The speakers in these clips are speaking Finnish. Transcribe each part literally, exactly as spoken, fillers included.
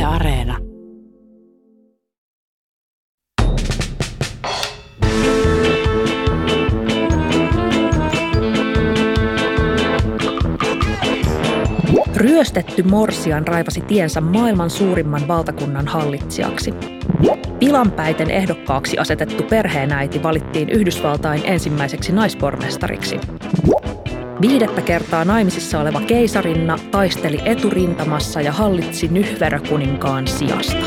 Areena. Ryöstetty morsian raivasi tiensä maailman suurimman valtakunnan hallitsijaksi. Pilanpäiten ehdokkaaksi asetettu perheenäiti valittiin Yhdysvaltain ensimmäiseksi naispormestariksi. Viidettä kertaa naimisissa oleva keisarinna taisteli eturintamassa ja hallitsi Nyhverö-kuninkaan sijasta.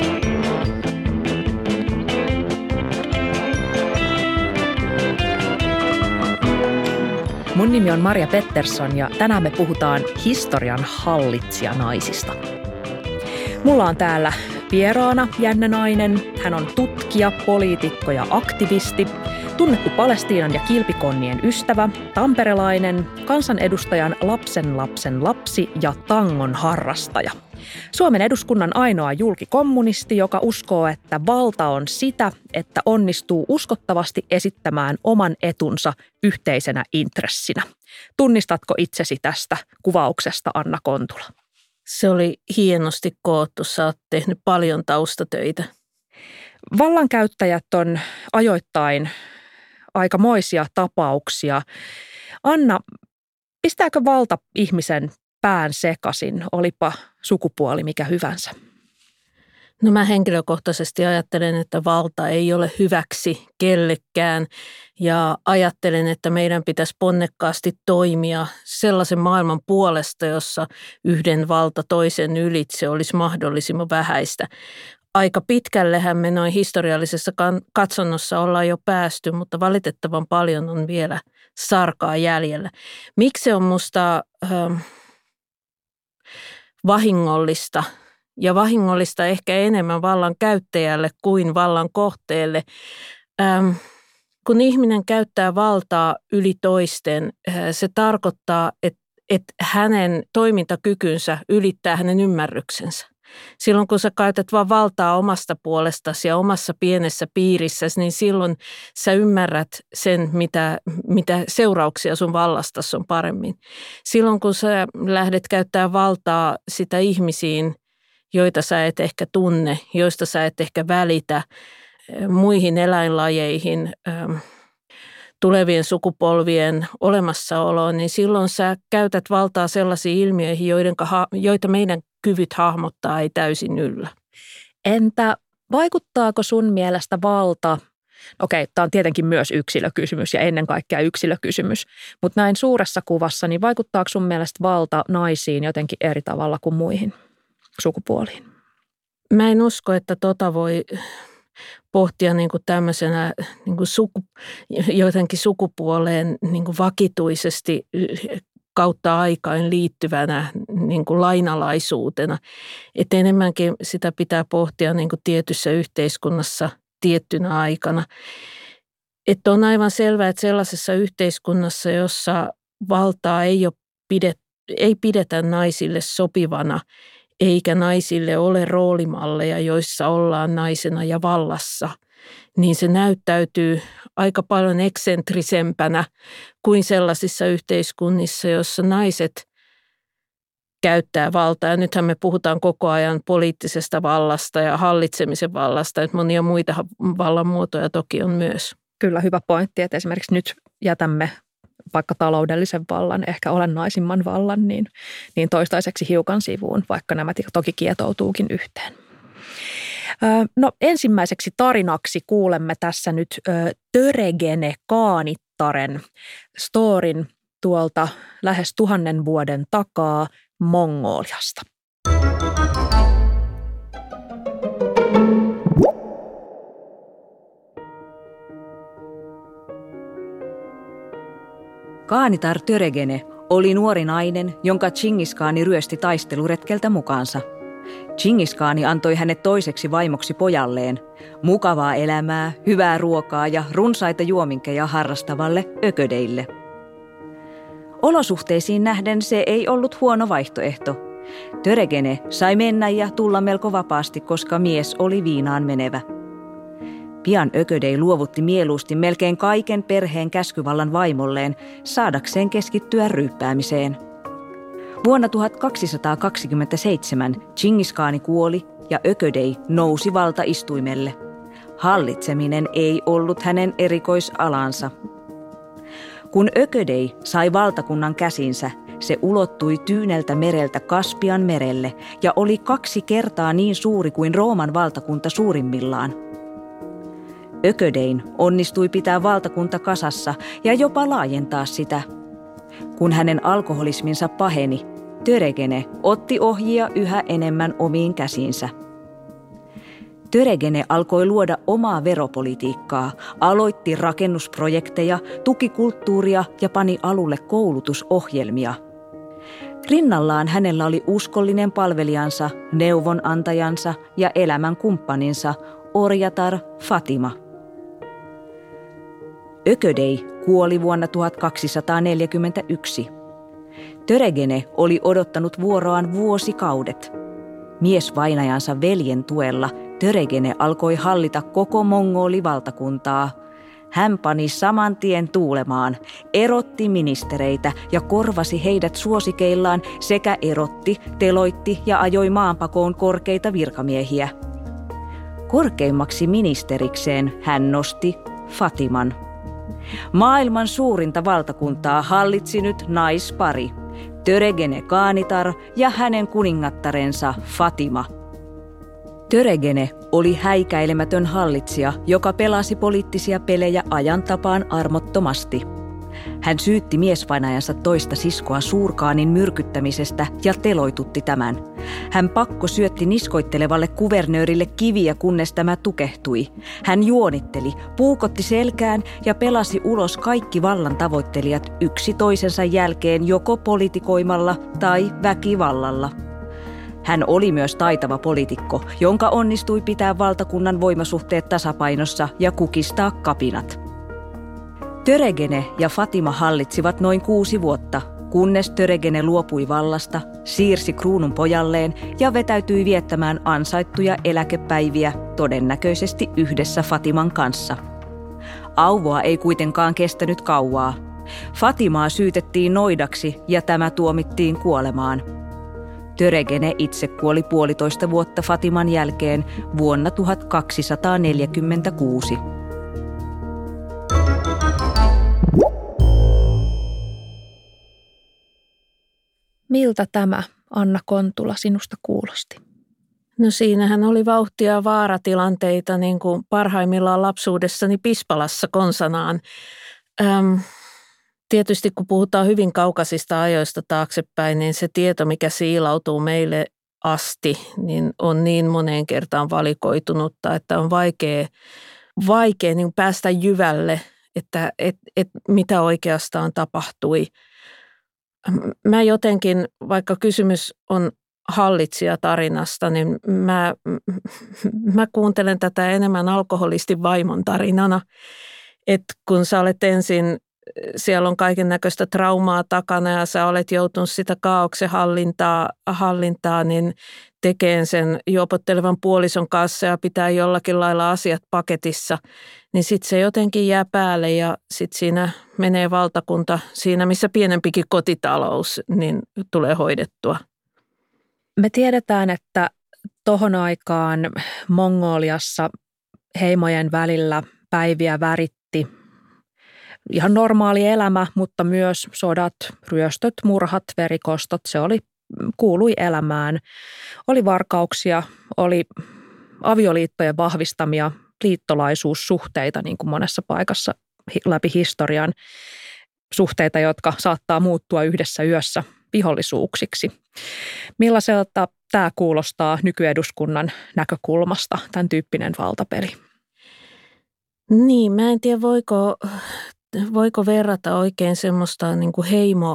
Mun nimi on Marja Pettersson ja tänään me puhutaan historian hallitsijanaisista. Mulla on täällä vieraana jännä nainen. Hän on tutkija, poliitikko ja aktivisti, tunnettu Palestiinan ja kilpikonnien ystävä, tamperelainen, kansanedustajan lapsen lapsen lapsi ja tangon harrastaja. Suomen eduskunnan ainoa julkikommunisti, joka uskoo, että valta on sitä, että onnistuu uskottavasti esittämään oman etunsa yhteisenä intressinä. Tunnistatko itsesi tästä kuvauksesta, Anna Kontula? Se oli hienosti koottu. Sä oot tehnyt paljon taustatöitä. Vallankäyttäjät on ajoittain aikamoisia tapauksia. Anna, pistääkö valta ihmisen pään sekaisin, olipa sukupuoli mikä hyvänsä? No mä henkilökohtaisesti ajattelen, että valta ei ole hyväksi kellekään ja ajattelen, että meidän pitäisi ponnekkaasti toimia sellaisen maailman puolesta, jossa yhden valta toisen ylitse olisi mahdollisimman vähäistä. Aika pitkällehän me noin historiallisessa katsonnossa ollaan jo päästy, mutta valitettavan paljon on vielä sarkaa jäljellä. Miksi se on musta ähm, vahingollista ja vahingollista ehkä enemmän vallan käyttäjälle kuin vallan kohteelle? Ähm, kun ihminen käyttää valtaa yli toisten, äh, se tarkoittaa, että, että hänen toimintakykynsä ylittää hänen ymmärryksensä. Silloin kun sä käytät vaan valtaa omasta puolestasi ja omassa pienessä piirissäsi, niin silloin sä ymmärrät sen, mitä, mitä seurauksia sun vallastasi on paremmin. Silloin kun sä lähdet käyttää valtaa sitä ihmisiin, joita sä et ehkä tunne, joista sä et ehkä välitä, muihin eläinlajeihin, tulevien sukupolvien olemassaoloon, niin silloin sä käytät valtaa sellaisiin ilmiöihin, joidenka, joita meidän kyvyt hahmottaa ei täysin yllä. Entä vaikuttaako sun mielestä valta, okei, tämä on tietenkin myös yksilökysymys ja ennen kaikkea yksilökysymys, mutta näin suuressa kuvassa, niin vaikuttaako sun mielestä valta naisiin jotenkin eri tavalla kuin muihin sukupuoliin? Mä en usko, että tota voi pohtia niin kuin tämmöisenä niin kuin suku, jotenkin sukupuoleen niin kuin vakituisesti kautta aikaan liittyvänä niin kuin lainalaisuutena. Että enemmänkin sitä pitää pohtia niin kuin tietyssä yhteiskunnassa tiettynä aikana. Että on aivan selvää, että sellaisessa yhteiskunnassa, jossa valtaa ei, ole pidet, ei pidetä naisille sopivana, eikä naisille ole roolimalleja, joissa ollaan naisena ja vallassa, niin se näyttäytyy aika paljon eksentrisempänä kuin sellaisissa yhteiskunnissa, jossa naiset käyttää valtaa. Ja nythän me puhutaan koko ajan poliittisesta vallasta ja hallitsemisen vallasta, että monia muita vallan muotoja toki on myös. Kyllä hyvä pointti, että esimerkiksi nyt jätämme vaikka taloudellisen vallan, ehkä olennaisimman vallan, niin, niin toistaiseksi hiukan sivuun, vaikka nämä toki kietoutuukin yhteen. No ensimmäiseksi tarinaksi kuulemme tässä nyt Töregene Kaanittaren storin tuolta lähes tuhannen vuoden takaa Mongoliasta. Kaanitar Töregene oli nuori nainen, jonka Tšingiskaani ryösti taisteluretkeltä mukaansa. Tšingiskaani antoi hänet toiseksi vaimoksi pojalleen, mukavaa elämää, hyvää ruokaa ja runsaita juominkeja harrastavalle öködeille. Olosuhteisiin nähden se ei ollut huono vaihtoehto. Töregene sai mennä ja tulla melko vapaasti, koska mies oli viinaan menevä. Pian öködei luovutti mieluusti melkein kaiken perheen käskyvallan vaimolleen saadakseen keskittyä ryyppäämiseen. Vuonna tuhatkaksisataakaksikymmentäseitsemän Tšingiskaani kuoli ja Öködei nousi valtaistuimelle. Hallitseminen ei ollut hänen erikoisalansa. Kun Öködei sai valtakunnan käsinsä, se ulottui Tyyneltä mereltä Kaspian merelle ja oli kaksi kertaa niin suuri kuin Rooman valtakunta suurimmillaan. Öködein onnistui pitää valtakunta kasassa ja jopa laajentaa sitä. Kun hänen alkoholisminsa paheni, Töregene otti ohjia yhä enemmän omiin käsiinsä. Töregene alkoi luoda omaa veropolitiikkaa, aloitti rakennusprojekteja, tuki kulttuuria ja pani alulle koulutusohjelmia. Rinnallaan hänellä oli uskollinen palvelijansa, neuvonantajansa ja elämänkumppaninsa orjatar Fatima. Öködei kuoli vuonna tuhatkaksisataaneljäkymmentäyksi. Töregene oli odottanut vuoroaan vuosikaudet. Miesvainajansa veljen tuella Töregene alkoi hallita koko mongolivaltakuntaa. Hän pani saman tien tuulemaan, erotti ministereitä ja korvasi heidät suosikeillaan sekä erotti, teloitti ja ajoi maanpakoon korkeita virkamiehiä. Korkeimmaksi ministerikseen hän nosti Fatiman. Maailman suurinta valtakuntaa hallitsi nyt naispari, Töregene Kaanitar ja hänen kuningattarensa Fatima. Töregene oli häikäilemätön hallitsija, joka pelasi poliittisia pelejä ajan tapaan armottomasti. Hän syytti miesvainajansa toista siskoa Suurkaanin myrkyttämisestä ja teloitutti tämän. Hän pakko syötti niskoittelevalle kuvernöörille kiviä, kunnes tämä tukehtui. Hän juonitteli, puukotti selkään ja pelasi ulos kaikki vallan tavoittelijat yksi toisensa jälkeen joko politikoimalla tai väkivallalla. Hän oli myös taitava poliitikko, jonka onnistui pitää valtakunnan voimasuhteet tasapainossa ja kukistaa kapinat. Töregene ja Fatima hallitsivat noin kuusi vuotta, kunnes Töregene luopui vallasta, siirsi kruunun pojalleen ja vetäytyi viettämään ansaittuja eläkepäiviä todennäköisesti yhdessä Fatiman kanssa. Auvoa ei kuitenkaan kestänyt kauaa. Fatimaa syytettiin noidaksi ja tämä tuomittiin kuolemaan. Töregene itse kuoli puolitoista vuotta Fatiman jälkeen vuonna tuhatkaksisataaneljäkymmentäkuusi. Miltä tämä, Anna Kontula, sinusta kuulosti? No siinähän oli vauhtia ja vaaratilanteita niin kuin parhaimmillaan lapsuudessani Pispalassa konsanaan. Öm, tietysti kun puhutaan hyvin kaukaisista ajoista taaksepäin, niin se tieto, mikä siilautuu meille asti, niin on niin moneen kertaan valikoitunutta, että on vaikea, vaikea niin päästä jyvälle, että et, et, mitä oikeastaan tapahtui. Mä jotenkin, vaikka kysymys on hallitsijatarinasta, niin mä, mä kuuntelen tätä enemmän alkoholistin vaimon tarinana. Että kun sä olet ensin, siellä on kaiken näköistä traumaa takana ja sä olet joutunut sitä kaaoksen hallintaa, hallintaa niin tekeen sen juopottelevan puolison kanssa ja pitää jollakin lailla asiat paketissa, niin sitten se jotenkin jää päälle ja sitten siinä menee valtakunta, siinä missä pienempikin kotitalous, niin tulee hoidettua. Me tiedetään, että tohon aikaan Mongoliassa heimojen välillä päiviä väritti ihan normaali elämä, mutta myös sodat, ryöstöt, murhat, verikostot, se oli, kuului elämään. Oli varkauksia, oli avioliittojen vahvistamia liittolaisuussuhteita niin kuin monessa paikassa läpi historian, suhteita, jotka saattaa muuttua yhdessä yössä vihollisuuksiksi. Millaiselta tämä kuulostaa nykyeduskunnan näkökulmasta, tämän tyyppinen valtapeli? Niin, mä en tiedä, voiko, voiko verrata oikein semmoista niin kuin heimo,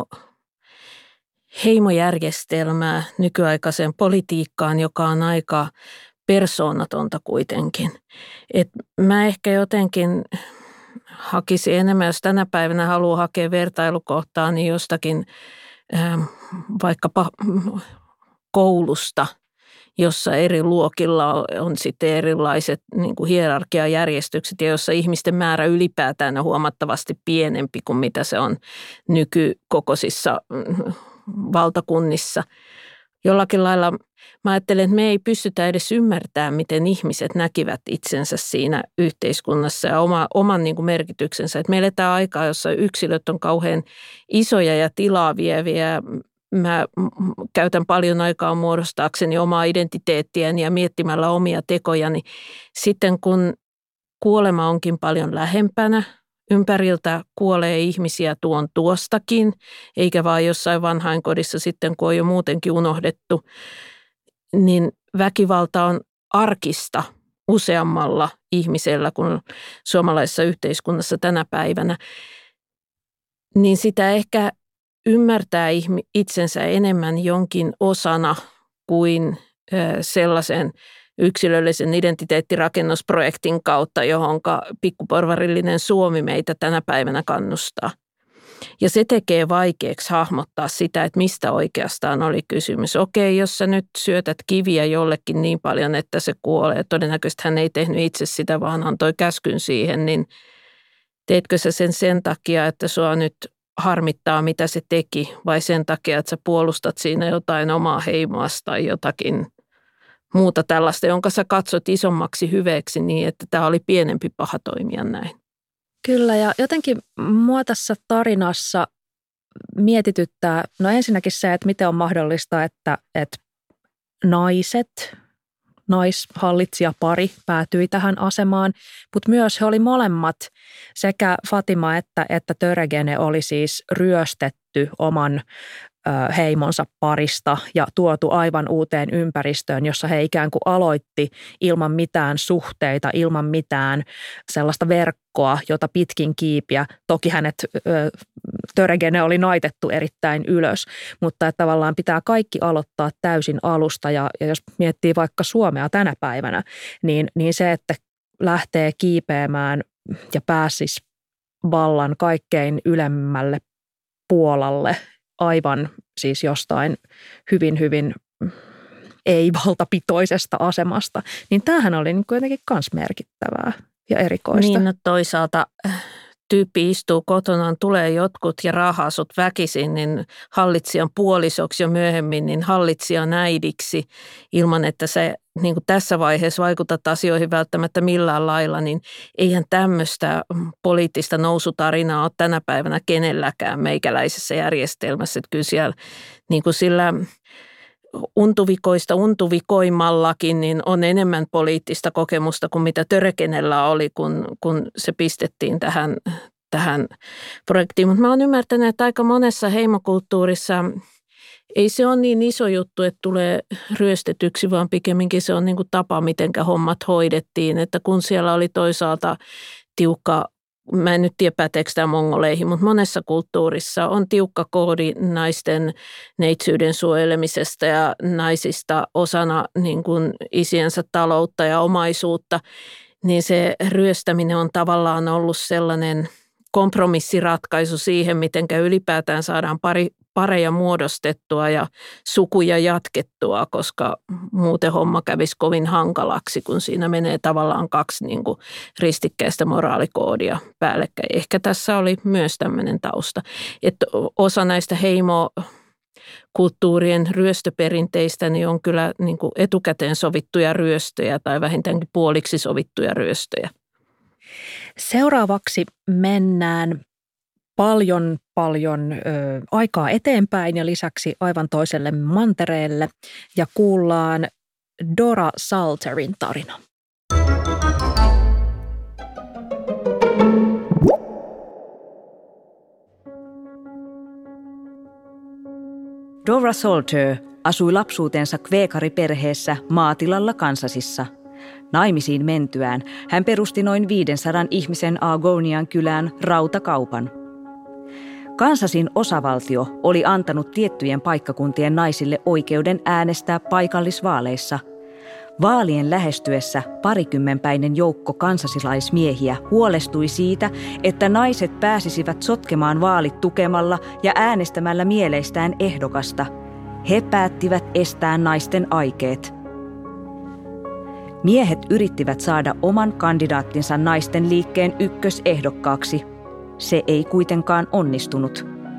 heimojärjestelmää nykyaikaiseen politiikkaan, joka on aika persoonatonta kuitenkin. Et mä ehkä jotenkin hakisin enemmän, jos tänä päivänä haluaa hakea vertailukohtaa, niin jostakin äh, vaikkapa koulusta, jossa eri luokilla on sitten erilaiset niin kuin hierarkiajärjestykset ja jossa ihmisten määrä ylipäätään on huomattavasti pienempi kuin mitä se on nykykokoisissa valtakunnissa. Jollakin lailla mä ajattelen, että me ei pystytä edes ymmärtämään, miten ihmiset näkivät itsensä siinä yhteiskunnassa ja oma, oman niin kuin merkityksensä. Että me eletään aikaa, jossa yksilöt on kauhean isoja ja tilaa vieviä. Mä käytän paljon aikaa muodostaakseni omaa identiteettiäni ja miettimällä omia tekojani. Sitten kun kuolema onkin paljon lähempänä, ympäriltä kuolee ihmisiä tuon tuostakin, eikä vaan jossain vanhainkodissa sitten, kun on jo muutenkin unohdettu, niin väkivalta on arkista useammalla ihmisellä kuin suomalaisessa yhteiskunnassa tänä päivänä. Niin sitä ehkä ymmärtää itsensä enemmän jonkin osana kuin sellaisen yksilöllisen identiteettirakennusprojektin kautta, johon pikkuporvarillinen Suomi meitä tänä päivänä kannustaa. Ja se tekee vaikeaksi hahmottaa sitä, että mistä oikeastaan oli kysymys. Okei, jos sä nyt syötät kiviä jollekin niin paljon, että se kuolee, todennäköisesti hän ei tehnyt itse sitä, vaan antoi käskyn siihen, niin teetkö sä sen sen takia, että sua nyt harmittaa, mitä se teki, vai sen takia, että sä puolustat siinä jotain omaa heimoasta tai jotakin muuta tällaista, jonka sä katsot isommaksi hyveeksi niin, että tämä oli pienempi paha toimia näin. Kyllä, ja jotenkin mua tässä tarinassa mietityttää, no ensinnäkin se, että miten on mahdollista, että, että naiset, naishallitsijapari päätyi tähän asemaan, mutta myös he oli molemmat, sekä Fatima että, että Töregene oli siis ryöstetty oman heimonsa parista ja tuotu aivan uuteen ympäristöön, jossa he ikään kuin aloitti ilman mitään suhteita, ilman mitään sellaista verkkoa, jota pitkin kiipiä. Toki hänet, Töregene oli naitettu erittäin ylös, mutta että tavallaan pitää kaikki aloittaa täysin alusta ja, ja jos miettii vaikka Suomea tänä päivänä, niin, niin se, että lähtee kiipeämään ja pääsisi vallan kaikkein ylemmälle puolalle, aivan siis jostain hyvin, hyvin ei-valtapitoisesta asemasta, niin tämähän oli niin kuitenkin myös merkittävää ja erikoista. Niin, no toisaalta tyyppi istuu kotonaan, tulee jotkut ja raahaa sut väkisin, niin hallitsijan puolisoksi ja myöhemmin niin hallitsijan äidiksi, ilman että se niin kuin tässä vaiheessa vaikutat asioihin välttämättä millään lailla, niin eihän tämmöistä poliittista nousutarinaa ole tänä päivänä kenelläkään meikäläisessä järjestelmässä. Että kyllä siellä niin kuin sillä untuvikoista untuvikoimallakin niin on enemmän poliittista kokemusta kuin mitä Töregenellä oli, kun, kun se pistettiin tähän, tähän projektiin. Mutta mä oon ymmärtänyt, että aika monessa heimokulttuurissa ei se ole niin iso juttu, että tulee ryöstetyksi, vaan pikemminkin se on niin kuin tapa, mitenkä hommat hoidettiin. Että kun siellä oli toisaalta tiukka, mä en nyt tiedä päteekö tämä mongoleihin, mutta monessa kulttuurissa on tiukka koodi naisten neitsyyden suojelemisesta ja naisista osana niin kuin isiensä taloutta ja omaisuutta, niin se ryöstäminen on tavallaan ollut sellainen kompromissiratkaisu siihen, mitenkä ylipäätään saadaan pari, pareja muodostettua ja sukuja jatkettua, koska muuten homma kävisi kovin hankalaksi, kun siinä menee tavallaan kaksi niin kuin ristikkäistä moraalikoodia päällekkäin. Ehkä tässä oli myös tämmöinen tausta, että osa näistä heimokulttuurien ryöstöperinteistä niin on kyllä niin kuin etukäteen sovittuja ryöstöjä tai vähintäänkin puoliksi sovittuja ryöstöjä. Seuraavaksi mennään paljon, paljon ö, aikaa eteenpäin ja lisäksi aivan toiselle mantereelle ja kuullaan Dora Salterin tarina. Dora Salter asui lapsuutensa kveekariperheessä maatilalla Kansasissa. Naimisiin mentyään hän perusti noin viisisataa ihmisen Argonian kylään rautakaupan. Kansasin osavaltio oli antanut tiettyjen paikkakuntien naisille oikeuden äänestää paikallisvaaleissa. Vaalien lähestyessä parikymmenpäinen joukko kansasilaismiehiä huolestui siitä, että naiset pääsisivät sotkemaan vaalit tukemalla ja äänestämällä mieleistään ehdokasta. He päättivät estää naisten aikeet. Miehet yrittivät saada oman kandidaattinsa naisten liikkeen ykkösehdokkaaksi. Se ei kuitenkaan onnistunut.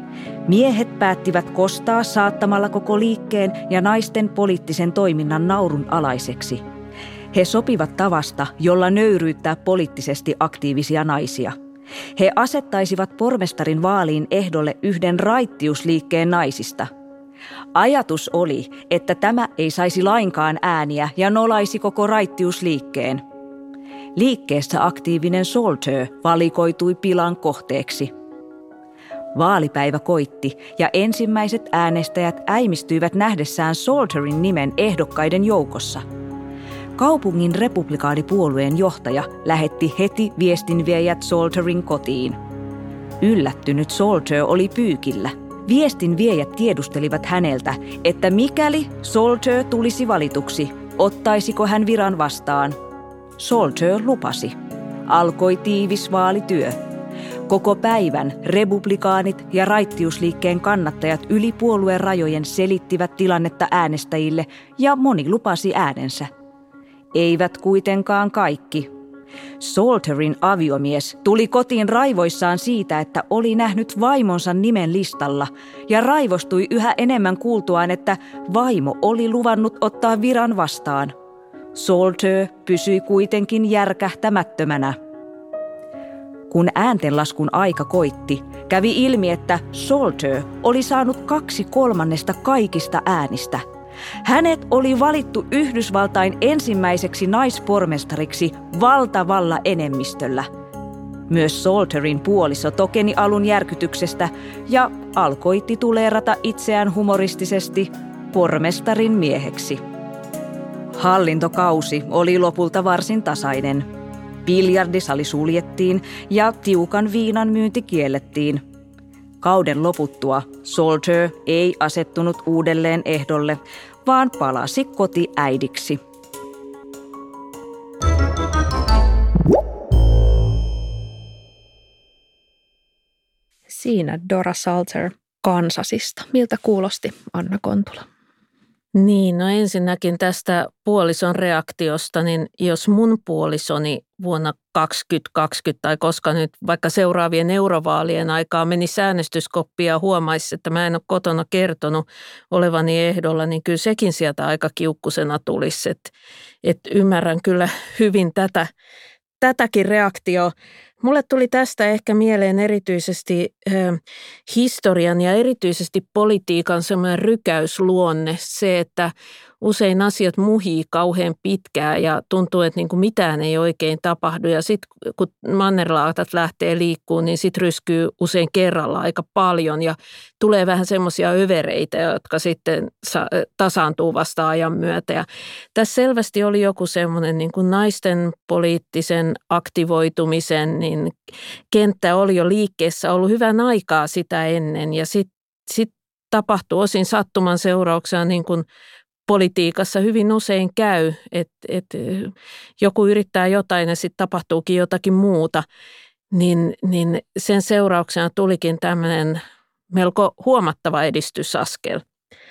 Miehet päättivät kostaa saattamalla koko liikkeen ja naisten poliittisen toiminnan naurun alaiseksi. He sopivat tavasta, jolla nöyryyttää poliittisesti aktiivisia naisia. He asettaisivat pormestarin vaaliin ehdolle yhden raittiusliikkeen naisista. Ajatus oli, että tämä ei saisi lainkaan ääniä ja nolaisi koko raittiusliikkeen. Liikkeessä aktiivinen Salter valikoitui pilan kohteeksi. Vaalipäivä koitti ja ensimmäiset äänestäjät äimistyivät nähdessään Salterin nimen ehdokkaiden joukossa. Kaupungin republikaanipuolueen johtaja lähetti heti viestinviejät Salterin kotiin. Yllättynyt Salter oli pyykillä. Viestinviejät tiedustelivat häneltä, että mikäli Salter tulisi valituksi, ottaisiko hän viran vastaan. Salter lupasi. Alkoi tiivis vaalityö. Koko päivän republikaanit ja raittiusliikkeen kannattajat yli puolueen rajojen selittivät tilannetta äänestäjille ja moni lupasi äänensä. Eivät kuitenkaan kaikki. Salterin aviomies tuli kotiin raivoissaan siitä, että oli nähnyt vaimonsa nimen listalla ja raivostui yhä enemmän kuultuaan, että vaimo oli luvannut ottaa viran vastaan. Salter pysyi kuitenkin järkähtämättömänä. Kun ääntenlaskun aika koitti, kävi ilmi, että Salter oli saanut kaksi kolmannesta kaikista äänistä. Hänet oli valittu Yhdysvaltain ensimmäiseksi naispormestariksi valtavalla enemmistöllä. Myös Salterin puoliso tokeni alun järkytyksestä ja alkoi tituleerata itseään humoristisesti pormestarin mieheksi. Hallintokausi oli lopulta varsin tasainen. Biljardisali suljettiin ja tiukan viinan myynti kiellettiin. Kauden loputtua Salter ei asettunut uudelleen ehdolle, vaan palasi kotiäidiksi. Siinä Dora Salter Kansasista. Miltä kuulosti, Anna Kontula? Niin, no ensinnäkin tästä puolison reaktiosta, niin jos mun puolisoni vuonna kaksituhattakaksikymmentä tai koska nyt vaikka seuraavien eurovaalien aikaa meni äänestyskoppia ja huomaisi, että mä en ole kotona kertonut olevani ehdolla, niin kyllä sekin sieltä aika kiukkusena tulisi. Että et ymmärrän kyllä hyvin tätä, tätäkin reaktioa. Mulle tuli tästä ehkä mieleen erityisesti äh, historian ja erityisesti politiikan semmoinen rykäysluonne, se, että usein asiat muhii kauhean pitkään ja tuntuu, että niin kuin mitään ei oikein tapahdu. Ja sitten kun mannerlaatat lähtee liikkuun, niin sitten ryskyy usein kerralla aika paljon ja tulee vähän semmoisia övereitä, jotka sitten tasaantuu vasta ajan myötä. Ja tässä selvästi oli joku semmoinen niin kuin naisten poliittisen aktivoitumisen niin kenttä oli jo liikkeessä ollut hyvän aikaa sitä ennen ja sitten sit tapahtui osin sattuman seurauksena niin kuin politiikassa hyvin usein käy, että, että joku yrittää jotain ja sitten tapahtuukin jotakin muuta, niin, niin sen seurauksena tulikin tämmöinen melko huomattava edistysaskel.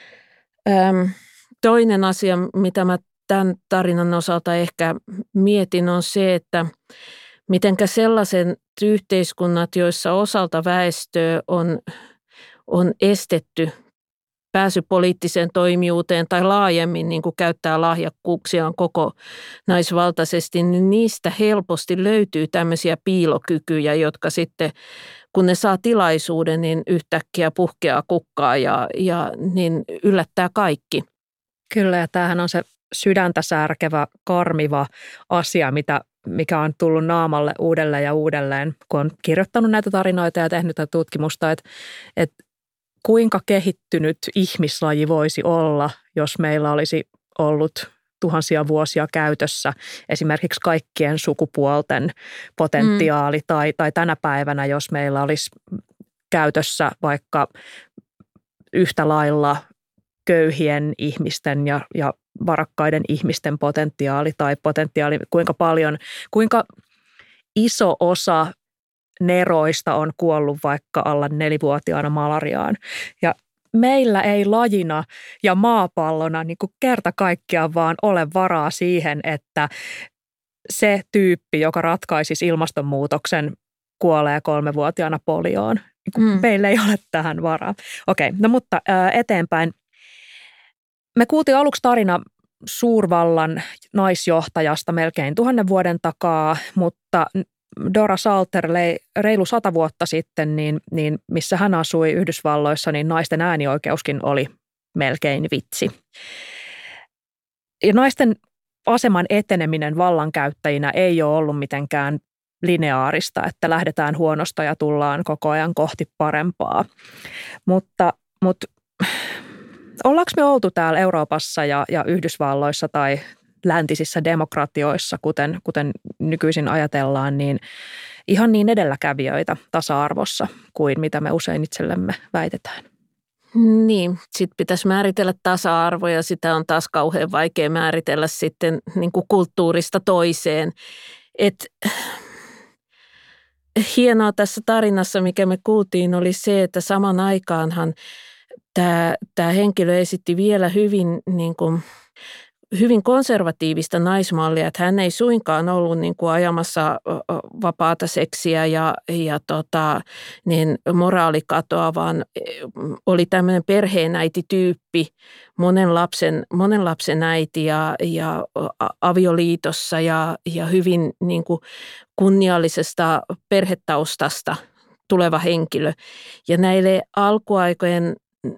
Öm, toinen asia, mitä mä tämän tarinan osalta ehkä mietin, on se, että mitenkä sellaiset yhteiskunnat, joissa osalta väestöä on, on estetty pääsy poliittiseen toimijuuteen tai laajemmin niin kuin käyttää lahjakkuuksiaan koko naisvaltaisesti, niin niistä helposti löytyy tämmöisiä piilokykyjä, jotka sitten, kun ne saa tilaisuuden, niin yhtäkkiä puhkeaa kukkaa ja, ja niin yllättää kaikki. Kyllä, ja tämähän on se sydäntä särkevä, karmiva asia, mitä, mikä on tullut naamalle uudelleen ja uudelleen, kun on kirjoittanut näitä tarinoita ja tehnyt tätä tutkimusta, että, että kuinka kehittynyt ihmislaji voisi olla, jos meillä olisi ollut tuhansia vuosia käytössä esimerkiksi kaikkien sukupuolten potentiaali, mm. tai, tai tänä päivänä, jos meillä olisi käytössä vaikka yhtä lailla köyhien ihmisten ja, ja varakkaiden ihmisten potentiaali tai potentiaali, kuinka paljon, kuinka iso osa neroista on kuollut vaikka alla nelivuotiaana malariaan. Ja meillä ei lajina ja maapallona niin kuin kerta kaikkiaan vaan ole varaa siihen, että se tyyppi, joka ratkaisisi ilmastonmuutoksen, kuolee kolmevuotiaana polioon. kun mm. meillä ei ole tähän varaa. Okei, no mutta ää, eteenpäin. Me kuultiin aluksi tarina suurvallan naisjohtajasta melkein tuhannen vuoden takaa, mutta Dora Salter reilu sata vuotta sitten, niin, niin missä hän asui Yhdysvalloissa, niin naisten äänioikeuskin oli melkein vitsi. Ja naisten aseman eteneminen vallankäyttäjinä ei ole ollut mitenkään lineaarista, että lähdetään huonosta ja tullaan koko ajan kohti parempaa. Mutta, mutta ollaanko me oltu täällä Euroopassa ja, ja Yhdysvalloissa tai läntisissä demokratioissa, kuten, kuten nykyisin ajatellaan, niin ihan niin edelläkävijöitä tasa-arvossa kuin mitä me usein itsellemme väitetään? Niin, sitten pitäisi määritellä tasa-arvo ja sitä on taas kauhean vaikea määritellä sitten niin kuin kulttuurista toiseen. Et, hienoa tässä tarinassa, mikä me kuultiin, oli se, että saman aikaanhan tämä, tämä henkilö esitti vielä hyvin niin kuin hyvin konservatiivista naismallia, että hän ei suinkaan ollut niin kuin ajamassa vapaata seksiä ja, ja tota, niin moraalikatoa, vaan oli tämmöinen perheenäiti-tyyppi, monen lapsen, monen lapsen äiti ja, ja avioliitossa ja, ja hyvin niin kuin kunniallisesta perhetaustasta tuleva henkilö. Ja näille alkuaikojen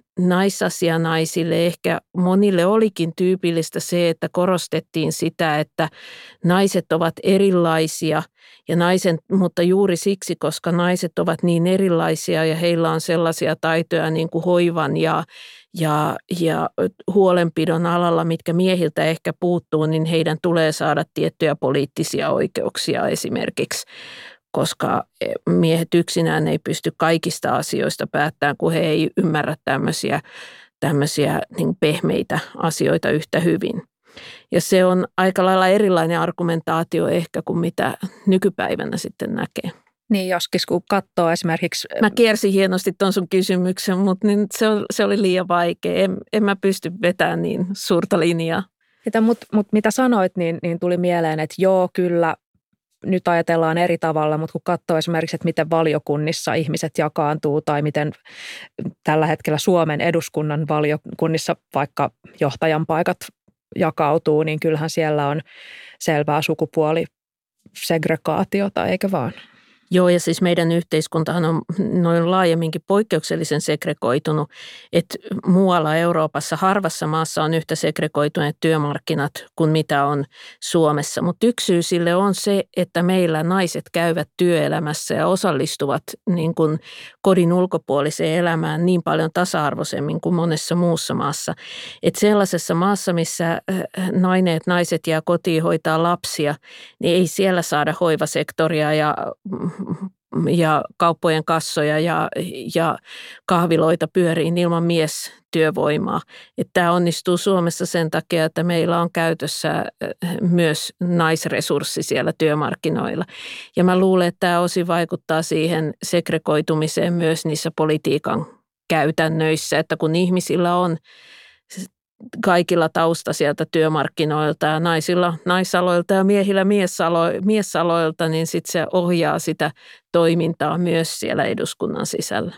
naisasianaisille ehkä monille olikin tyypillistä se, että korostettiin sitä, että naiset ovat erilaisia ja naisen, mutta juuri siksi, koska naiset ovat niin erilaisia ja heillä on sellaisia taitoja niin kuin hoivan ja, ja, ja huolenpidon alalla, mitkä miehiltä ehkä puuttuu, niin heidän tulee saada tiettyjä poliittisia oikeuksia esimerkiksi, koska miehet yksinään ei pysty kaikista asioista päättämään, kun he ei ymmärrä tämmöisiä, tämmöisiä niin pehmeitä asioita yhtä hyvin. Ja se on aika lailla erilainen argumentaatio ehkä kuin mitä nykypäivänä sitten näkee. Niin, joskin kun katsoo esimerkiksi... Mä kiersin hienosti ton sun kysymyksen, mutta niin se, se oli liian vaikea. En, en mä pysty vetämään niin suurta linjaa. Mutta mut mitä sanoit, niin, niin tuli mieleen, että joo, kyllä... Nyt ajatellaan eri tavalla, mutta kun katsoo esimerkiksi, että miten valiokunnissa ihmiset jakaantuu tai miten tällä hetkellä Suomen eduskunnan valiokunnissa vaikka johtajan paikat jakautuu, niin kyllähän siellä on selvää sukupuolisegregaatiota, eikä vaan? Joo, ja siis meidän yhteiskuntahan on noin laajemminkin poikkeuksellisen segregoitunut, että muualla Euroopassa harvassa maassa on yhtä segregoituneet työmarkkinat kuin mitä on Suomessa. Mutta yksi syy sille on se, että meillä naiset käyvät työelämässä ja osallistuvat niin kuin kodin ulkopuoliseen elämään niin paljon tasa-arvoisemmin kuin monessa muussa maassa. Että sellaisessa maassa, missä nainen, naiset jää kotiin hoitaa lapsia, niin ei siellä saada hoivasektoria ja ja kauppojen kassoja ja, ja kahviloita pyöriin ilman miestyövoimaa. Että tämä onnistuu Suomessa sen takia, että meillä on käytössä myös naisresurssi siellä työmarkkinoilla. Ja mä luulen, että tämä osin vaikuttaa siihen segregoitumiseen myös niissä politiikan käytännöissä, että kun ihmisillä on kaikilla tausta sieltä työmarkkinoilta ja naisilla naisaloilta ja miehillä miesalo, miesaloilta, niin sitten se ohjaa sitä toimintaa myös siellä eduskunnan sisällä.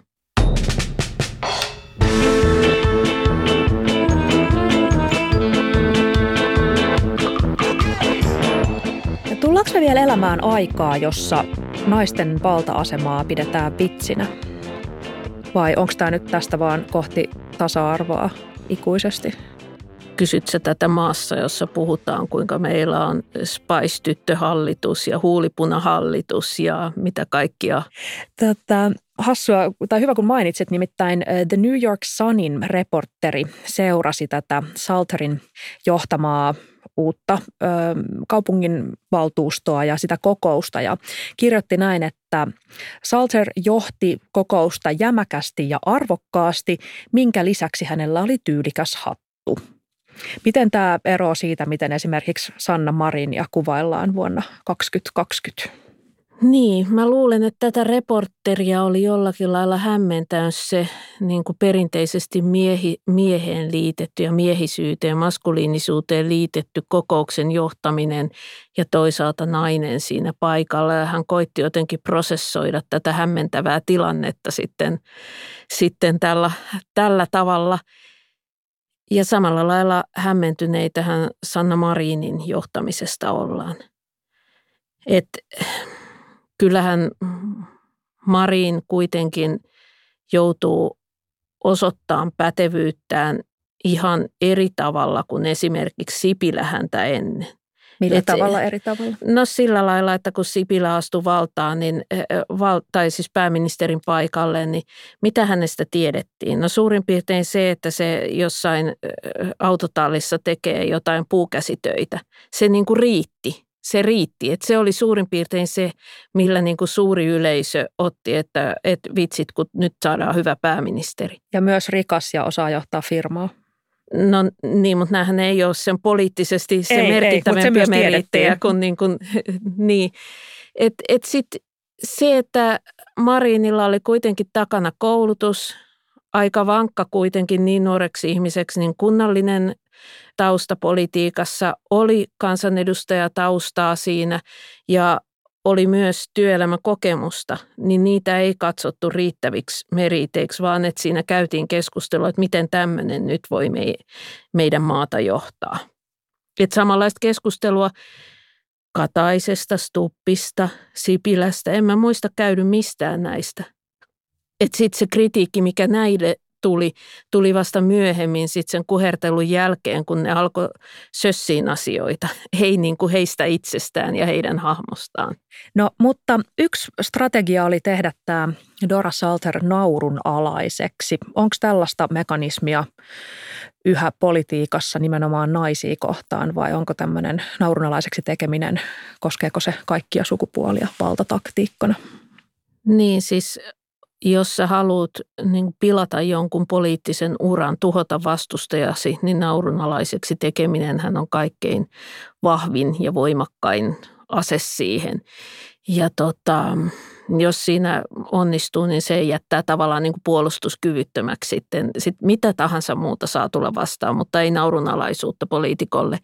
Ja tullaanko me vielä elämään aikaa, jossa naisten valta-asemaa pidetään vitsinä? Vai onko tämä nyt tästä vaan kohti tasa-arvoa ikuisesti? Kysyt sä tätä maassa, jossa puhutaan, kuinka meillä on Spice-tyttöhallitus ja huulipunahallitus ja mitä kaikkia? Tätä hassua, tai hyvä kun mainitsit, nimittäin The New York Sunin reporteri seurasi tätä Salterin johtamaa uutta ö, kaupunginvaltuustoa ja sitä kokousta ja kirjoitti näin, että Salter johti kokousta jämäkästi ja arvokkaasti, minkä lisäksi hänellä oli tyylikäs hattu. Miten tämä eroaa siitä, miten esimerkiksi Sanna Marinia kuvaillaan vuonna kaksituhattakaksikymmentä? Niin, mä luulen, että tätä reporteria oli jollakin lailla hämmentänyt se niin kuin perinteisesti miehi, mieheen liitetty ja miehisyyteen, maskuliinisuuteen liitetty kokouksen johtaminen ja toisaalta nainen siinä paikalla. Ja hän koitti jotenkin prosessoida tätä hämmentävää tilannetta sitten, sitten tällä, tällä tavalla. Ja samalla lailla hämmentyneitähän Sanna Marinin johtamisesta ollaan. Että kyllähän Marin kuitenkin joutuu osoittamaan pätevyyttään ihan eri tavalla kuin esimerkiksi Sipilä häntä ennen. Millä Et, tavalla eri tavalla? No sillä lailla, että kun Sipilä astui valtaan, niin, tai siis pääministerin paikalle, niin mitä hänestä tiedettiin? No suurin piirtein se, että se jossain autotallissa tekee jotain puukäsitöitä. Se niin kuin riitti. Se riitti, että se oli suurin piirtein se, millä niin kuin suuri yleisö otti, että, että vitsit, kun nyt saadaan hyvä pääministeri. Ja myös rikas ja osaa johtaa firmaa. No niin, mutta näähän ei ole sen poliittisesti se ei, merkittävämpiä merittejä kuin, niin kuin niin. Että et sitten se, että Marinilla oli kuitenkin takana koulutus, aika vankka kuitenkin niin nuoreksi ihmiseksi, niin kunnallinen tausta politiikassa, oli kansanedustajataustaa siinä ja oli myös työelämäkokemusta, niin niitä ei katsottu riittäviksi meriteiksi, vaan että siinä käytiin keskustelua, että miten tämmöinen nyt voi me, meidän maata johtaa. Että samanlaista keskustelua Kataisesta, Stubbista, Sipilästä, en mä muista käydy mistään näistä. Että sitten se kritiikki, mikä näille tuli, tuli vasta myöhemmin sit sen kuhertelun jälkeen, kun ne alkoi sössiin asioita. Ei niin kuin heistä itsestään ja heidän hahmostaan. No, mutta yksi strategia oli tehdä tämä Dora Salter naurun alaiseksi. Onko tällaista mekanismia yhä politiikassa nimenomaan naisia kohtaan vai onko tämmöinen naurunalaiseksi tekeminen, koskeeko se kaikkia sukupuolia valtataktiikkana? Niin siis jos sä haluat niin pilata jonkun poliittisen uran, tuhota vastustajasi, niin naurunalaiseksi tekeminenhän on kaikkein vahvin ja voimakkain ase siihen. Ja tota, jos siinä onnistuu, niin se jättää tavallaan niin kuin puolustuskyvyttömäksi sitten. Sitten mitä tahansa muuta saa tulla vastaan, mutta ei naurunalaisuutta poliitikolle.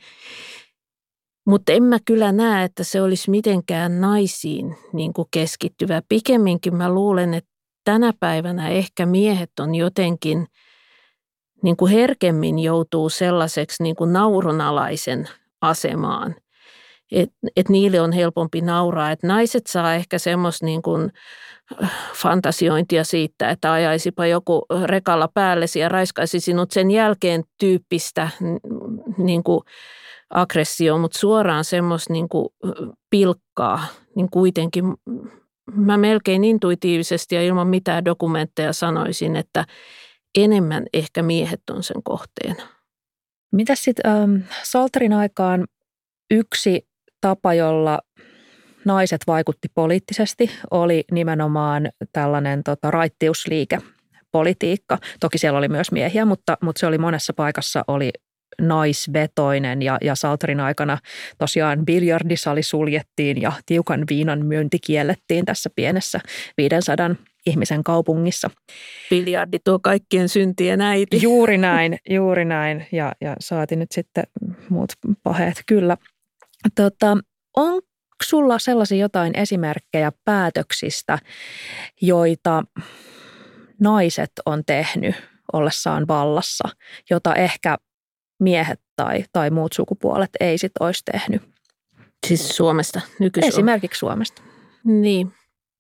Mutta en mä kyllä näe, että se olisi mitenkään naisiin niin kuin keskittyvä. Pikemminkin mä luulen, että tänä päivänä ehkä miehet on jotenkin niin kuin herkemmin joutuu sellaiseksi niin kuin naurunalaisen asemaan. Että et niille on helpompi nauraa. Että naiset saa ehkä semmoista niin kuin fantasiointia siitä, että ajaisipa joku rekalla päällesi ja raiskaisi sinut sen jälkeen tyyppistä niin kuin aggressioon, mutta suoraan semmoista niin kuin pilkkaa, niin kuitenkin mä melkein intuitiivisesti ja ilman mitään dokumentteja sanoisin, että enemmän ehkä miehet on sen kohteena. Mitäs sitten ähm, Salterin aikaan yksi tapa, jolla naiset vaikutti poliittisesti, oli nimenomaan tällainen tota, raittiusliike, politiikka. Toki siellä oli myös miehiä, mutta, mutta se oli monessa paikassa oli naisvetoinen ja, ja Salterin aikana tosiaan biljardisali suljettiin ja tiukan viinan myynti kiellettiin tässä pienessä viidensadan ihmisen kaupungissa. Biljardi tuo kaikkien syntien äiti. Juuri näin, juuri näin ja, ja saati nyt sitten muut paheet kyllä. Tota, onko sulla sellaisia jotain esimerkkejä päätöksistä, joita naiset on tehnyt ollessaan vallassa, jota ehkä miehet tai, tai muut sukupuolet ei sit olisi tehnyt? Siis Suomesta, nyky-Suomesta. Esimerkiksi Suomesta. Niin.